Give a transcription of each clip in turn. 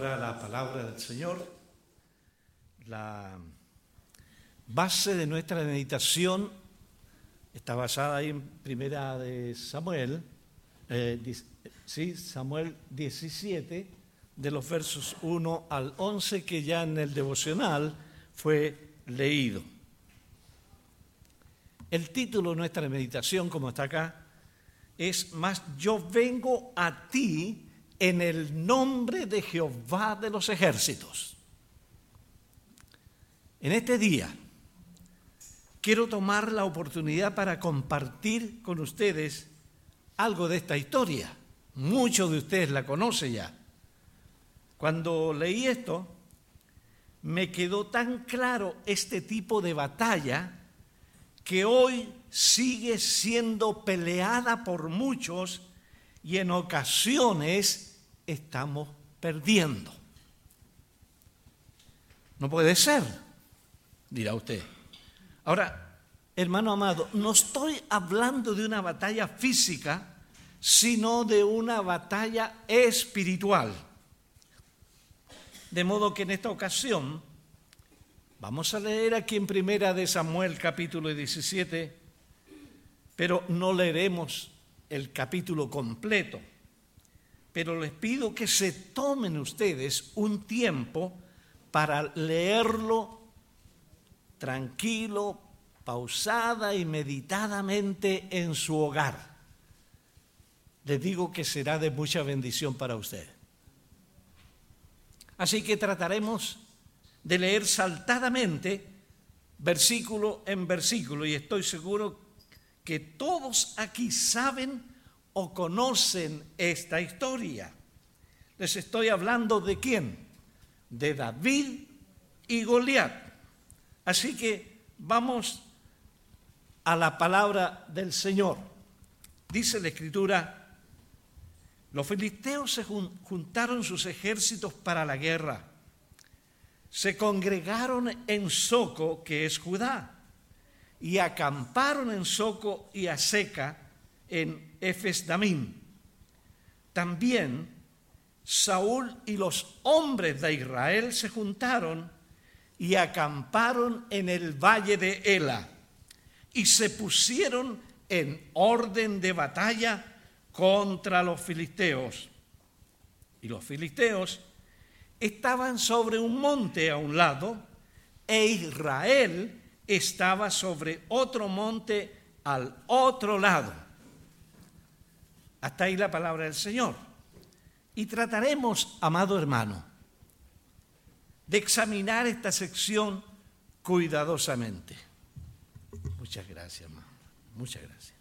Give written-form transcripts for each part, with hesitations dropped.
ahora la palabra del Señor. La base de nuestra meditación está basada en Primera de Samuel, Samuel 17, de los versos 1 al 11, que ya en el devocional fue leído. El título de nuestra meditación, como está acá, es "Mas yo vengo a ti en el nombre de Jehová de los ejércitos". En este día quiero tomar la oportunidad para compartir con ustedes algo de esta historia. Muchos de ustedes la conocen ya. Cuando leí esto, me quedó tan claro este tipo de batalla que hoy sigue siendo peleada por muchos y en ocasiones estamos perdiendo. No puede ser, dirá usted. Ahora, hermano amado, no estoy hablando de una batalla física, sino de una batalla espiritual. De modo que en esta ocasión vamos a leer aquí en Primera de Samuel capítulo 17, pero no leeremos el capítulo completo. Pero les pido que se tomen ustedes un tiempo para leerlo tranquilo, pausada y meditadamente en su hogar. Les digo que será de mucha bendición para usted. Así que trataremos de leer saltadamente, versículo en versículo, y estoy seguro que todos aquí saben o conocen esta historia. Les estoy hablando ¿de quién? De David y Goliat. Así que vamos a la palabra del Señor. Dice la Escritura: los filisteos se juntaron sus ejércitos para la guerra. Se congregaron en Soco, que es Judá, y acamparon en Soco y Aseca, en Efes-Damim. También Saúl y los hombres de Israel se juntaron y acamparon en el valle de Ela y se pusieron en orden de batalla contra los filisteos. Y los filisteos estaban sobre un monte a un lado e Israel estaba sobre otro monte al otro lado. Hasta ahí la palabra del Señor. Y trataremos, amado hermano, de examinar esta sección cuidadosamente. Muchas gracias, hermano. Muchas gracias.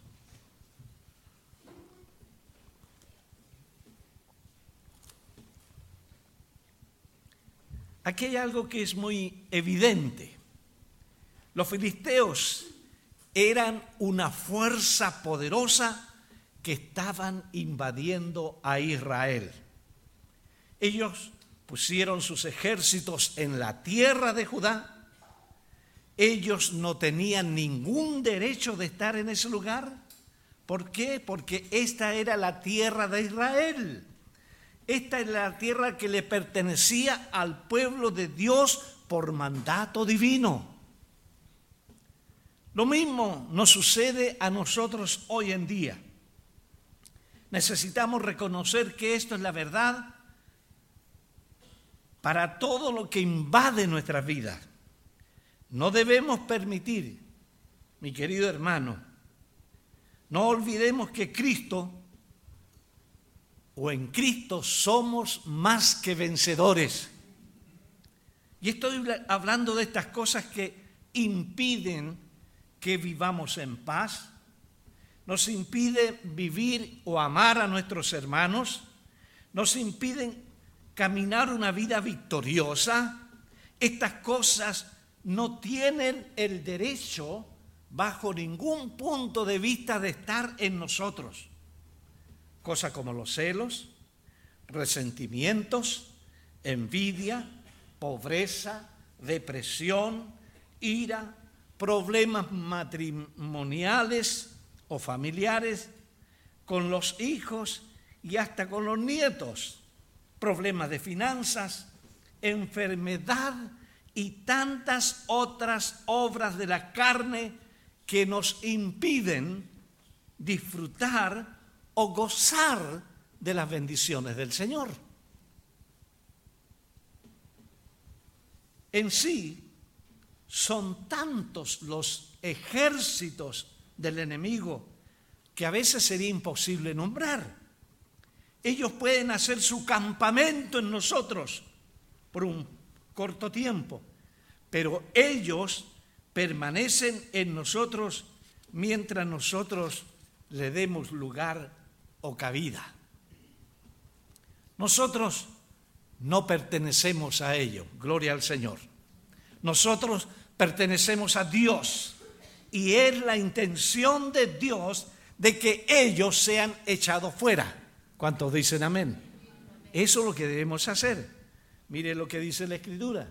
Aquí hay algo que es muy evidente. Los filisteos eran una fuerza poderosa que estaban invadiendo a Israel. Ellos pusieron sus ejércitos en la tierra de Judá. Ellos no tenían ningún derecho de estar en ese lugar. ¿Por qué? Porque esta era la tierra de Israel. Esta es la tierra que le pertenecía al pueblo de Dios por mandato divino. Lo mismo nos sucede a nosotros hoy en día. Necesitamos reconocer que esto es la verdad para todo lo que invade nuestras vidas. No debemos permitir, mi querido hermano, no olvidemos que Cristo o en Cristo somos más que vencedores. Y estoy hablando de estas cosas que impiden que vivamos en paz, nos impiden vivir o amar a nuestros hermanos, nos impiden caminar una vida victoriosa. Estas cosas no tienen el derecho, bajo ningún punto de vista, de estar en nosotros. Cosas como los celos, resentimientos, envidia, pobreza, depresión, ira, problemas matrimoniales o familiares, con los hijos y hasta con los nietos. problemas de finanzas, enfermedad y tantas otras obras de la carne que nos impiden disfrutar o gozar de las bendiciones del Señor. En sí, son tantos los ejércitos del enemigo que a veces sería imposible nombrar. Ellos pueden hacer su campamento en nosotros por un corto tiempo, pero ellos permanecen en nosotros mientras nosotros le demos lugar o cabida. Nosotros no pertenecemos a ellos, gloria al Señor. Nosotros pertenecemos a Dios y es la intención de Dios de que ellos sean echados fuera. ¿Cuántos dicen amén? Eso es lo que debemos hacer. Mire lo que dice la Escritura.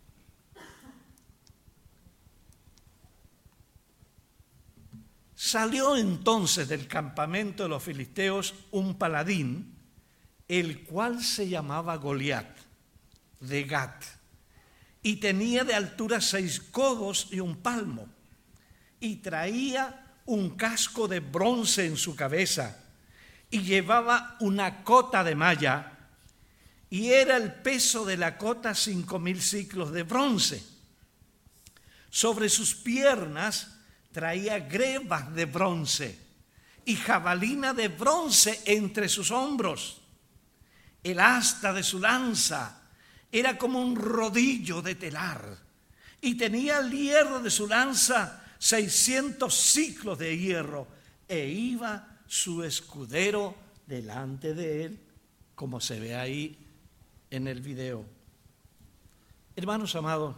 Salió entonces del campamento de los filisteos un paladín, el cual se llamaba Goliat, de Gat, y tenía de altura 6 codos y 1 palmo, y traía un casco de bronce en su cabeza, y llevaba una cota de malla, y era el peso de la cota 5,000 siclos de bronce. Sobre sus piernas traía grebas de bronce y jabalina de bronce entre sus hombros. El asta de su lanza era como un rodillo de telar, y tenía el hierro de su lanza 600 siclos de hierro, e iba su escudero delante de él, como se ve ahí en el video. Hermanos amados,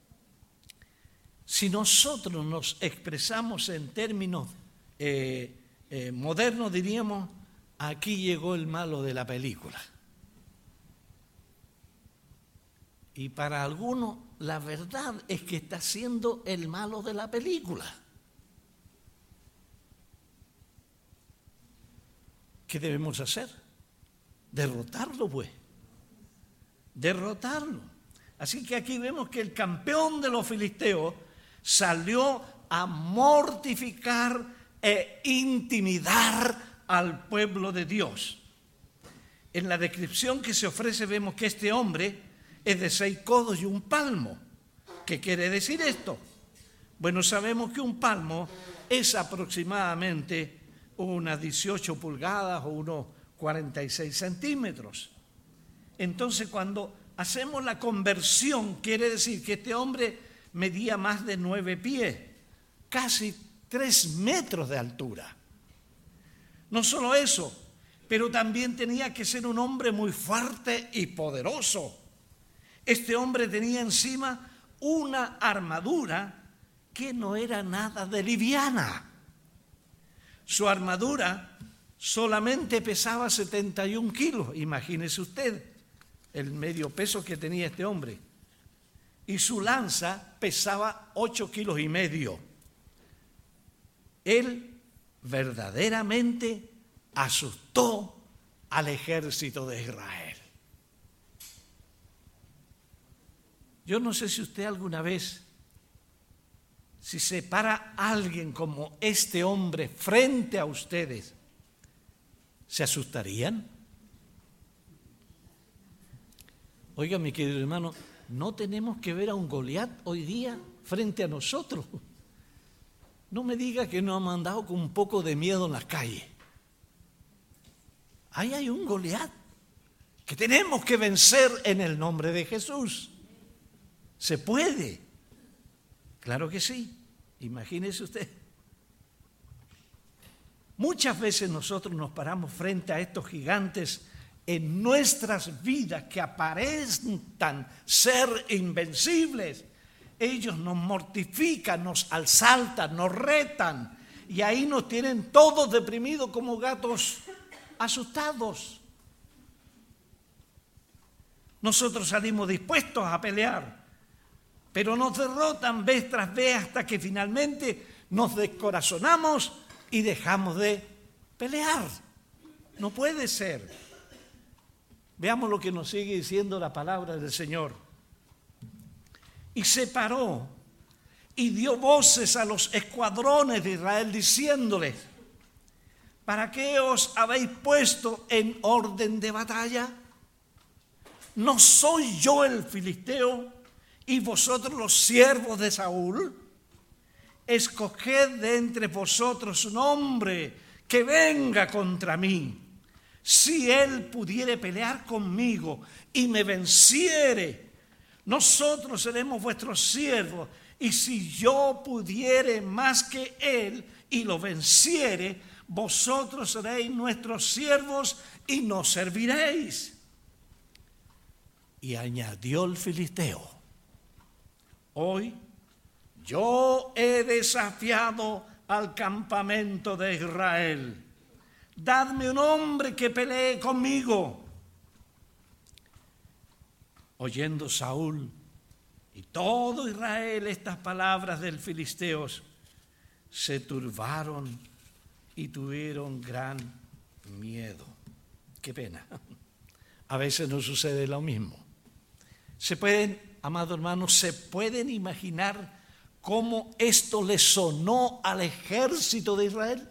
si nosotros nos expresamos en términos modernos, diríamos, aquí llegó el malo de la película. Y para algunos, la verdad es que está siendo el malo de la película. ¿Qué debemos hacer? Derrotarlo, pues. Derrotarlo. Así que aquí vemos que el campeón de los filisteos salió a mortificar e intimidar al pueblo de Dios. En la descripción que se ofrece vemos que este hombre es de 6 codos y 1 palmo. ¿Qué quiere decir esto? Bueno, sabemos que 1 palmo es aproximadamente unas 18 pulgadas o unos 46 centímetros. Entonces, cuando hacemos la conversión, quiere decir que este hombre medía más de 9 pies, casi 3 metros de altura. No solo eso, pero también tenía que ser un hombre muy fuerte y poderoso. Este hombre tenía encima una armadura que no era nada de liviana. Su armadura solamente pesaba 71 kilos, imagínese usted el medio peso que tenía este hombre. Y su lanza pesaba 8,5 kilos. Él verdaderamente asustó al ejército de Israel. Yo no sé si usted alguna vez, si se para alguien como este hombre frente a ustedes, ¿se asustarían? Oiga, mi querido hermano, no tenemos que ver a un Goliat hoy día frente a nosotros. No me diga que nos han andado con un poco de miedo en las calles. Ahí hay un Goliat que tenemos que vencer en el nombre de Jesús. ¿Se puede? Claro que sí. Imagínese usted. Muchas veces nosotros nos paramos frente a estos gigantes en nuestras vidas que aparentan ser invencibles. Ellos nos mortifican, nos asaltan, nos retan, y ahí nos tienen todos deprimidos como gatos asustados. Nosotros salimos dispuestos a pelear, pero nos derrotan vez tras vez hasta que finalmente nos descorazonamos y dejamos de pelear. No puede ser. Veamos lo que nos sigue diciendo la palabra del Señor. Y se paró y dio voces a los escuadrones de Israel diciéndoles: ¿para qué os habéis puesto en orden de batalla? ¿No soy yo el filisteo y vosotros los siervos de Saúl? Escoged de entre vosotros un hombre que venga contra mí. Si él pudiere pelear conmigo y me venciere, nosotros seremos vuestros siervos. Y si yo pudiere más que él y lo venciere, vosotros seréis nuestros siervos y nos serviréis. Y añadió el filisteo: hoy yo he desafiado al campamento de Israel. Dadme un hombre que pelee conmigo. Oyendo Saúl y todo Israel estas palabras del filisteo, se turbaron y tuvieron gran miedo. Qué pena. A veces nos sucede lo mismo. Amados hermanos, se pueden imaginar cómo esto le sonó al ejército de Israel.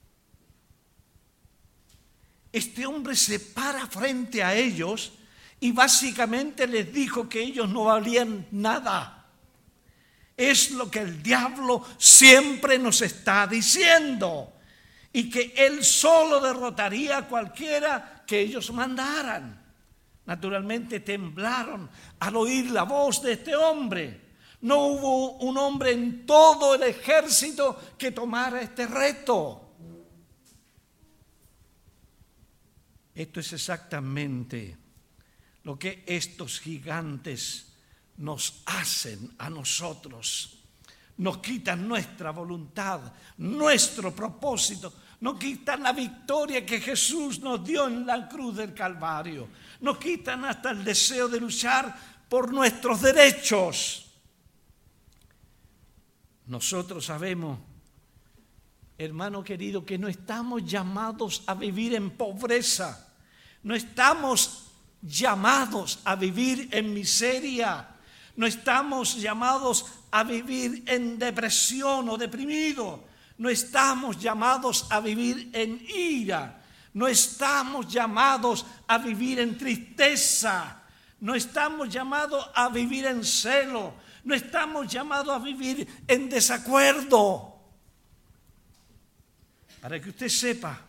Este hombre se para frente a ellos y básicamente les dijo que ellos no valían nada. Es lo que el diablo siempre nos está diciendo. Y que él solo derrotaría a cualquiera que ellos mandaran. Naturalmente temblaron al oír la voz de este hombre. No hubo un hombre en todo el ejército que tomara este reto. Esto es exactamente lo que estos gigantes nos hacen a nosotros. Nos quitan nuestra voluntad, nuestro propósito, nos quitan la victoria que Jesús nos dio en la cruz del Calvario, nos quitan hasta el deseo de luchar por nuestros derechos. Nosotros sabemos, hermano querido, que no estamos llamados a vivir en pobreza, no estamos llamados a vivir en miseria, no estamos llamados a vivir en depresión o deprimido, no estamos llamados a vivir en ira, no estamos llamados a vivir en tristeza, no estamos llamados a vivir en celo, no estamos llamados a vivir en desacuerdo. Para que usted sepa,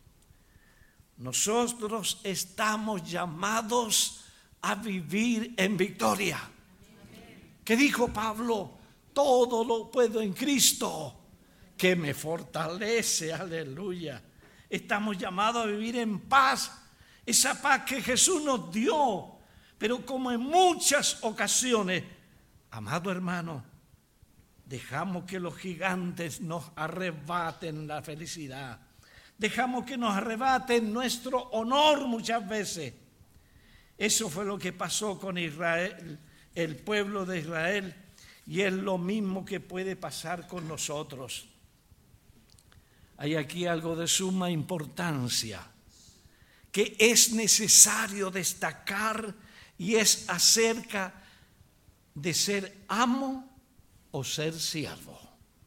nosotros estamos llamados a vivir en victoria. ¿Qué dijo Pablo? Todo lo puedo en Cristo que me fortalece. Aleluya. Estamos llamados a vivir en paz, esa paz que Jesús nos dio. Pero como en muchas ocasiones, amado hermano, dejamos que los gigantes nos arrebaten la felicidad. Dejamos que nos arrebaten nuestro honor muchas veces. Eso fue lo que pasó con Israel, el pueblo de Israel, y es lo mismo que puede pasar con nosotros. Hay aquí algo de suma importancia que es necesario destacar, y es acerca de ser amo o ser siervo.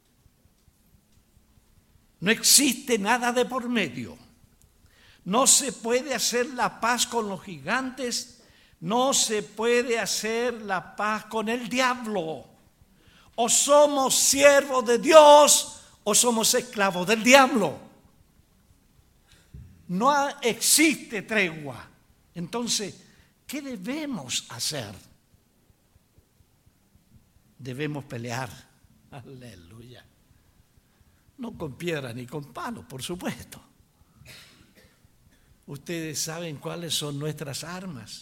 No existe nada de por medio. No se puede hacer la paz con los gigantes, no se puede hacer la paz con el diablo. O somos siervos de Dios o somos esclavos del diablo. No existe tregua. Entonces, ¿qué debemos hacer? Debemos pelear. Aleluya. No con piedra ni con palo, por supuesto. Ustedes saben cuáles son nuestras armas.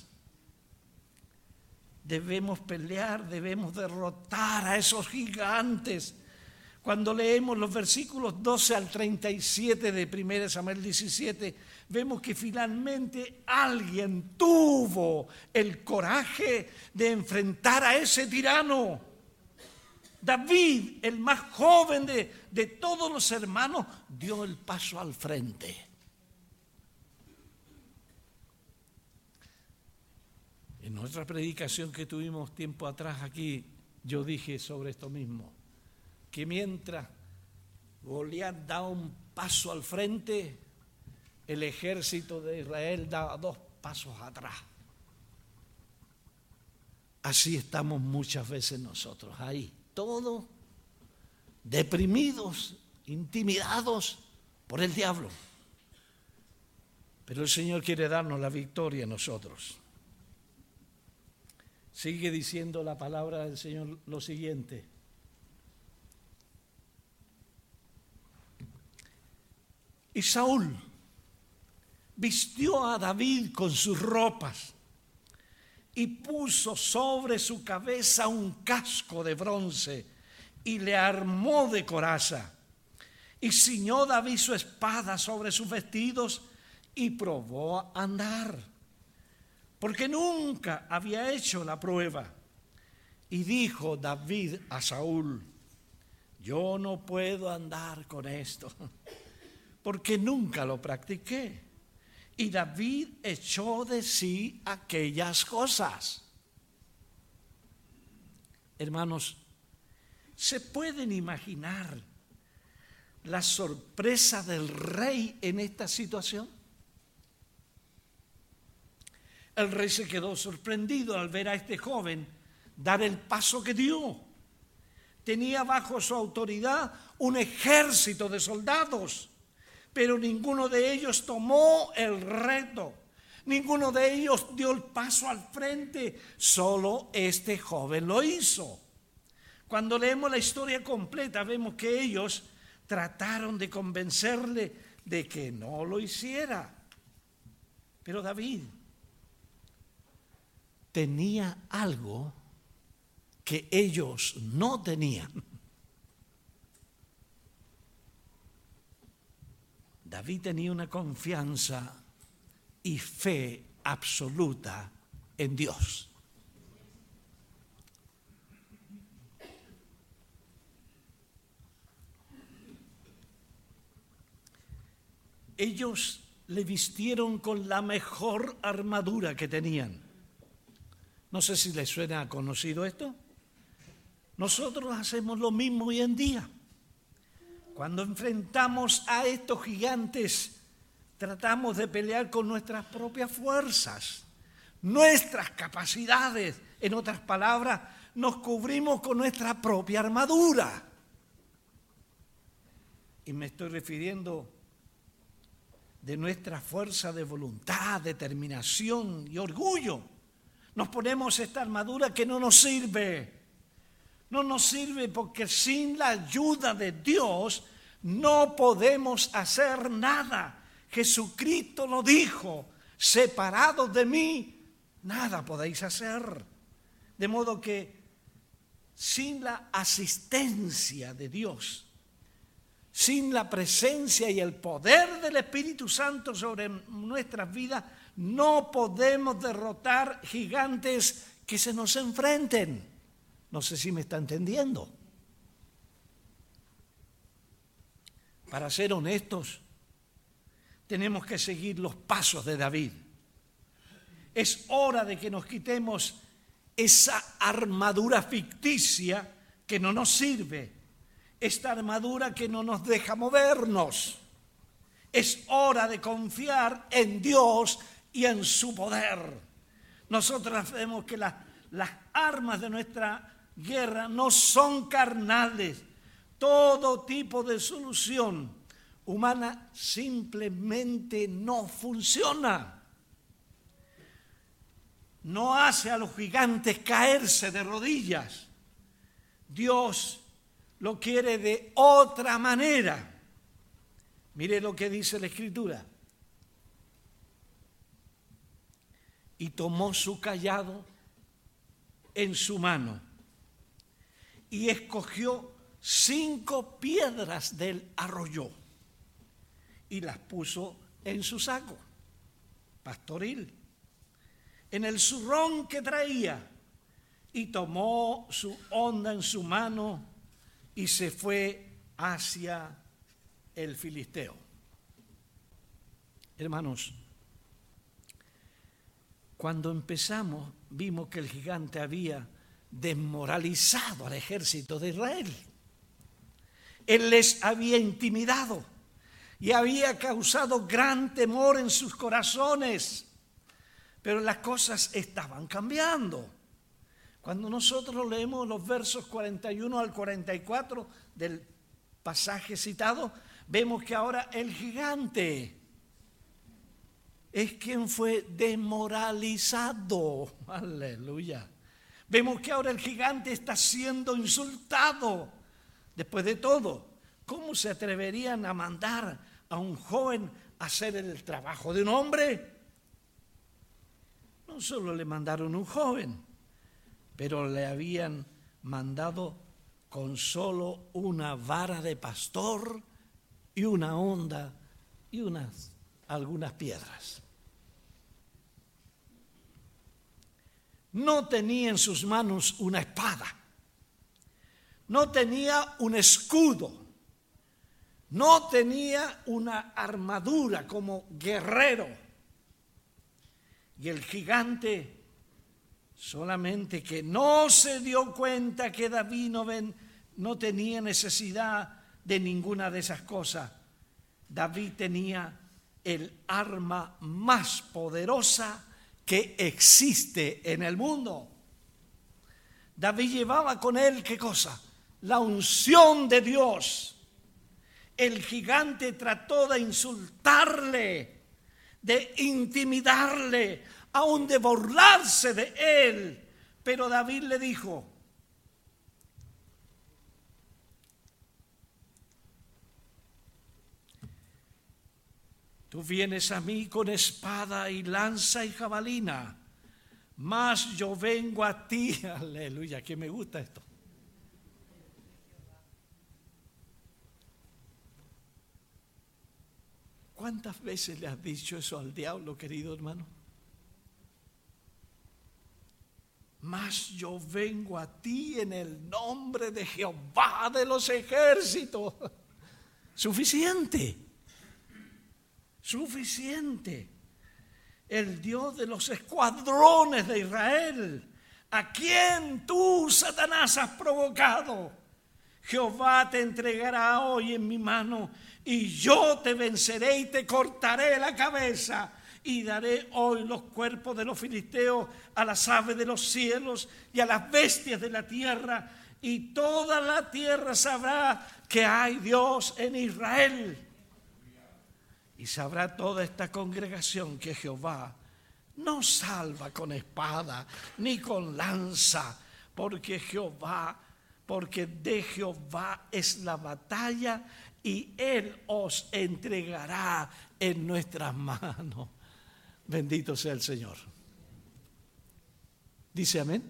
Debemos pelear, debemos derrotar a esos gigantes. Cuando leemos los versículos 12 al 37 de 1 Samuel 17, vemos que finalmente alguien tuvo el coraje de enfrentar a ese tirano. David, el más joven de todos los hermanos, dio el paso al frente. En nuestra predicación que tuvimos tiempo atrás aquí, yo dije sobre esto mismo, que mientras Goliat daba un paso al frente, el ejército de Israel daba 2 pasos atrás. Así estamos muchas veces nosotros, ahí, todos deprimidos, intimidados por el diablo. Pero el Señor quiere darnos la victoria a nosotros. Sigue diciendo la palabra del Señor lo siguiente. Y Saúl vistió a David con sus ropas y puso sobre su cabeza un casco de bronce y le armó de coraza. Y ciñó David su espada sobre sus vestidos y probó a andar, porque nunca había hecho la prueba. Y dijo David a Saúl: yo no puedo andar con esto, porque nunca lo practiqué. Y David echó de sí aquellas cosas. Hermanos, ¿se pueden imaginar la sorpresa del rey en esta situación? El rey se quedó sorprendido al ver a este joven dar el paso que dio. Tenía bajo su autoridad un ejército de soldados, pero ninguno de ellos tomó el reto. Ninguno de ellos dio el paso al frente. Solo este joven lo hizo. Cuando leemos la historia completa, vemos que ellos trataron de convencerle de que no lo hiciera. Pero David tenía algo que ellos no tenían. David tenía una confianza y fe absoluta en Dios. Ellos le vistieron con la mejor armadura que tenían. No sé si les suena conocido esto. Nosotros hacemos lo mismo hoy en día. Cuando enfrentamos a estos gigantes, tratamos de pelear con nuestras propias fuerzas, nuestras capacidades. En otras palabras, nos cubrimos con nuestra propia armadura. Y me estoy refiriendo de nuestra fuerza de voluntad, determinación y orgullo. Nos ponemos esta armadura que no nos sirve. No nos sirve porque sin la ayuda de Dios no podemos hacer nada. Jesucristo lo dijo: separados de mí, nada podéis hacer. De modo que sin la asistencia de Dios, sin la presencia y el poder del Espíritu Santo sobre nuestras vidas, no podemos derrotar gigantes que se nos enfrenten. No sé si me está entendiendo. Para ser honestos, tenemos que seguir los pasos de David. Es hora de que nos quitemos esa armadura ficticia que no nos sirve, esta armadura que no nos deja movernos. Es hora de confiar en Dios y en su poder. Nosotros vemos que las armas de nuestra guerra no son carnales. Todo tipo de solución humana simplemente no funciona. No hace a los gigantes caerse de rodillas. Dios lo quiere de otra manera. Mire lo que dice la Escritura. Y tomó su cayado en su mano y escogió 5 piedras del arroyo y las puso en su saco pastoril, en el zurrón que traía, y tomó su honda en su mano y se fue hacia el filisteo. Hermanos, cuando empezamos vimos que el gigante había desmoralizado al ejército de Israel. Él les había intimidado y había causado gran temor en sus corazones. Pero las cosas estaban cambiando. Cuando nosotros leemos los versos 41 al 44 del pasaje citado, vemos que ahora el gigante es quien fue desmoralizado. Aleluya. Vemos que ahora el gigante está siendo insultado. Después de todo, ¿cómo se atreverían a mandar a un joven a hacer el trabajo de un hombre? No solo le mandaron un joven, pero le habían mandado con solo una vara de pastor y una honda y algunas piedras. No tenía en sus manos una espada, no tenía un escudo, no tenía una armadura como guerrero. Y el gigante solamente que no se dio cuenta que David no tenía necesidad de ninguna de esas cosas. David tenía el arma más poderosa que existe en el mundo. David llevaba con él, ¿qué cosa? La unción de Dios. El gigante trató de insultarle, de intimidarle, aún de burlarse de él. Pero David le dijo: tú vienes a mí con espada y lanza y jabalina, mas yo vengo a ti. Aleluya, que me gusta esto. ¿Cuántas veces le has dicho eso al diablo, querido hermano? Mas yo vengo a ti en el nombre de Jehová de los ejércitos. Suficiente. Suficiente. El Dios de los escuadrones de Israel, a quien tú, Satanás, has provocado. Jehová te entregará hoy en mi mano, y yo te venceré y te cortaré la cabeza, y daré hoy los cuerpos de los filisteos a las aves de los cielos y a las bestias de la tierra, y toda la tierra sabrá que hay Dios en Israel. Y sabrá toda esta congregación que Jehová no salva con espada ni con lanza, porque de Jehová es la batalla y Él os entregará en nuestras manos. Bendito sea el Señor. ¿Dice amén?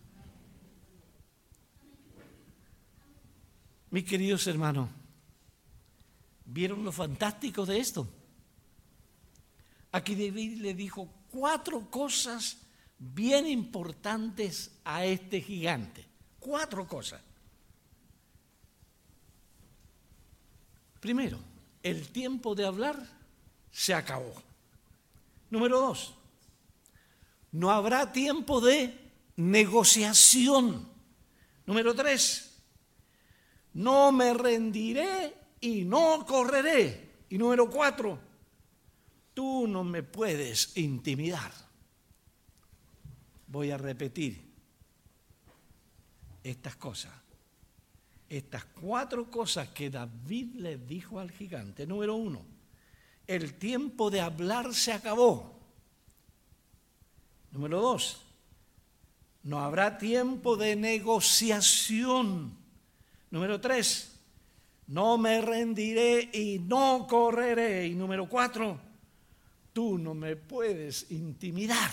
Mis queridos hermanos, ¿vieron lo fantástico de esto? Aquí David le dijo 4 cosas bien importantes a este gigante. 4 cosas. Primero, el tiempo de hablar se acabó. Número 2, no habrá tiempo de negociación. Número 3, no me rendiré y no correré. Y número 4, tú no me puedes intimidar. Voy a repetir estas cosas. Estas 4 cosas que David le dijo al gigante. Número 1, el tiempo de hablar se acabó. Número 2, no habrá tiempo de negociación. Número 3, no me rendiré y no correré. Y número 4, tú no me puedes intimidar.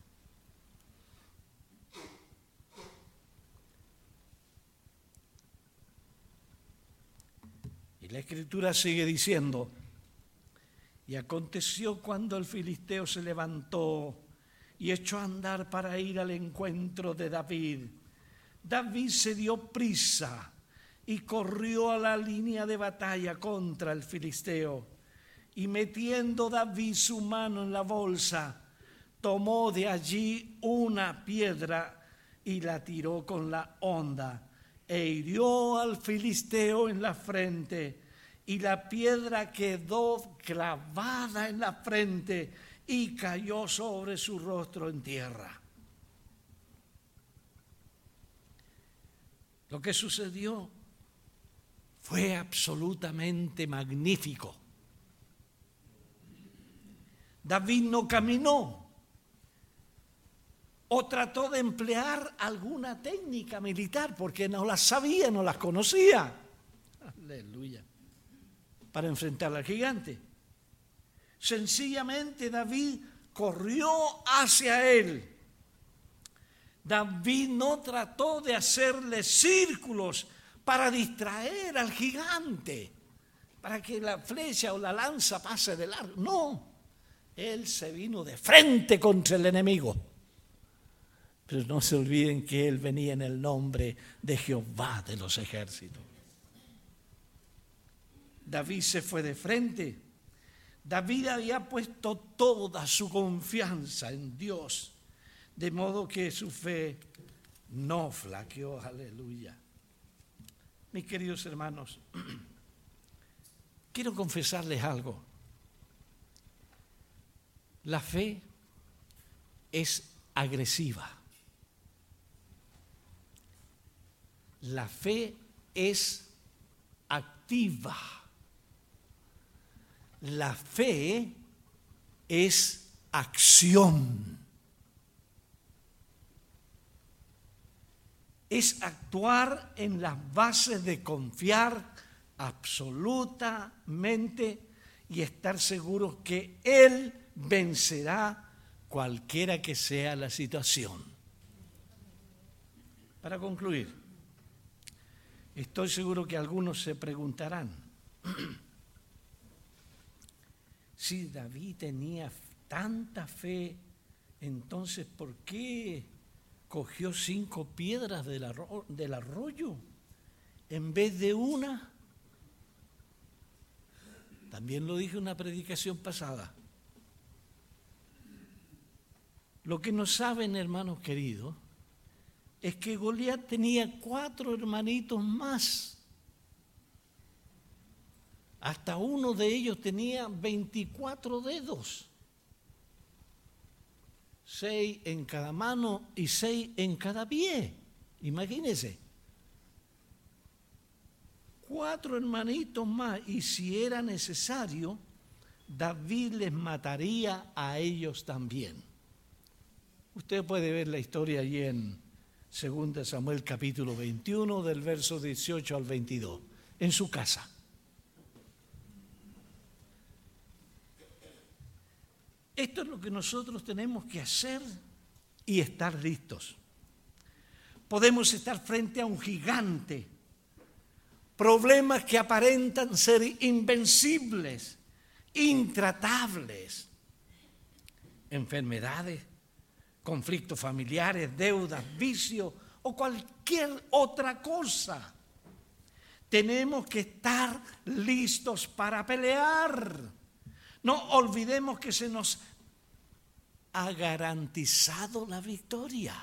Y la Escritura sigue diciendo: y aconteció cuando el filisteo se levantó y echó a andar para ir al encuentro de David, David se dio prisa y corrió a la línea de batalla contra el filisteo. Y metiendo David su mano en la bolsa, tomó de allí una piedra y la tiró con la honda, e hirió al filisteo en la frente, y la piedra quedó clavada en la frente y cayó sobre su rostro en tierra. Lo que sucedió fue absolutamente magnífico. David no caminó o trató de emplear alguna técnica militar porque no las sabía, no las conocía. Aleluya. Para enfrentar al gigante. Sencillamente David corrió hacia él. David no trató de hacerle círculos para distraer al gigante, para que la flecha o la lanza pase de largo. No, él se vino de frente contra el enemigo. Pero no se olviden que él venía en el nombre de Jehová de los ejércitos. David se fue de frente. David había puesto toda su confianza en Dios, de modo que su fe no flaqueó. Aleluya. Mis queridos hermanos, quiero confesarles algo. La fe es agresiva. La fe es activa. La fe es acción. Es actuar en las bases de confiar absolutamente y estar seguros que Él vencerá cualquiera que sea la situación. Para concluir, estoy seguro que algunos se preguntarán, si David tenía tanta fe, entonces ¿por qué cogió 5 piedras del arroyo en vez de una? También lo dije en una predicación pasada. Lo que no saben, hermanos queridos, es que Goliat tenía 4 hermanitos más. Hasta uno de ellos tenía 24 dedos. 6 en cada mano y 6 en cada pie. Imagínense. 4 hermanitos más, y si era necesario, David les mataría a ellos también. Usted puede ver la historia allí en 2 Samuel capítulo 21, del verso 18 al 22, en su casa. Esto es lo que nosotros tenemos que hacer y estar listos. Podemos estar frente a un gigante, problemas que aparentan ser invencibles, intratables, enfermedades, conflictos familiares, deudas, vicios o cualquier otra cosa. Tenemos que estar listos para pelear. No olvidemos que se nos ha garantizado la victoria.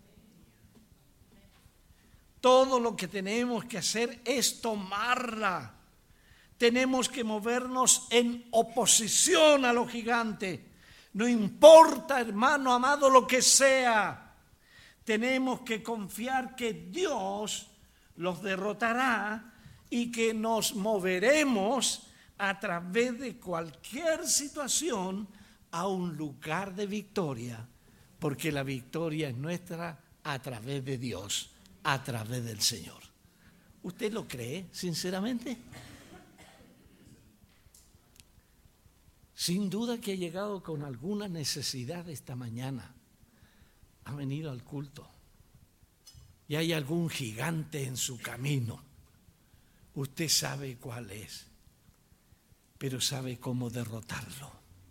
Todo lo que tenemos que hacer es tomarla. Tenemos que movernos en oposición a los gigantes. No importa, hermano amado, lo que sea. Tenemos que confiar que Dios los derrotará y que nos moveremos a través de cualquier situación a un lugar de victoria, porque la victoria es nuestra a través de Dios, a través del Señor. ¿Usted lo cree, sinceramente? Sin duda que ha llegado con alguna necesidad esta mañana. Ha venido al culto y hay algún gigante en su camino. Usted sabe cuál es, pero sabe cómo derrotarlo.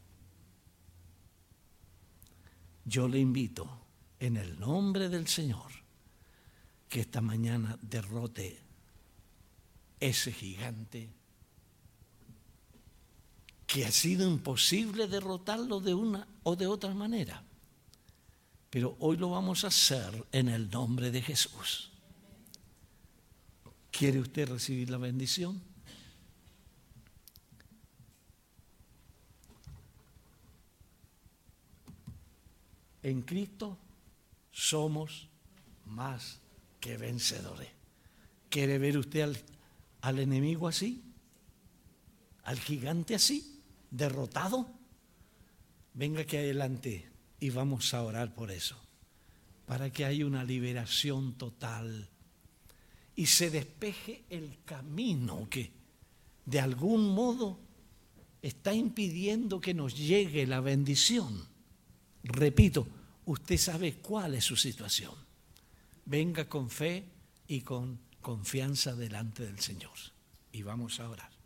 Yo le invito, en el nombre del Señor, que esta mañana derrote ese gigante que ha sido imposible derrotarlo de una o de otra manera. pero hoy lo vamos a hacer en el nombre de Jesús. ¿Quiere usted recibir la bendición? En Cristo somos más que vencedores. ¿Quiere ver usted al enemigo así? ¿Al gigante así? ¿Derrotado? Venga aquí adelante y vamos a orar por eso, para que haya una liberación total y se despeje el camino que de algún modo está impidiendo que nos llegue la bendición. Repito, usted sabe cuál es su situación. Venga con fe y con confianza delante del Señor. Y vamos a orar.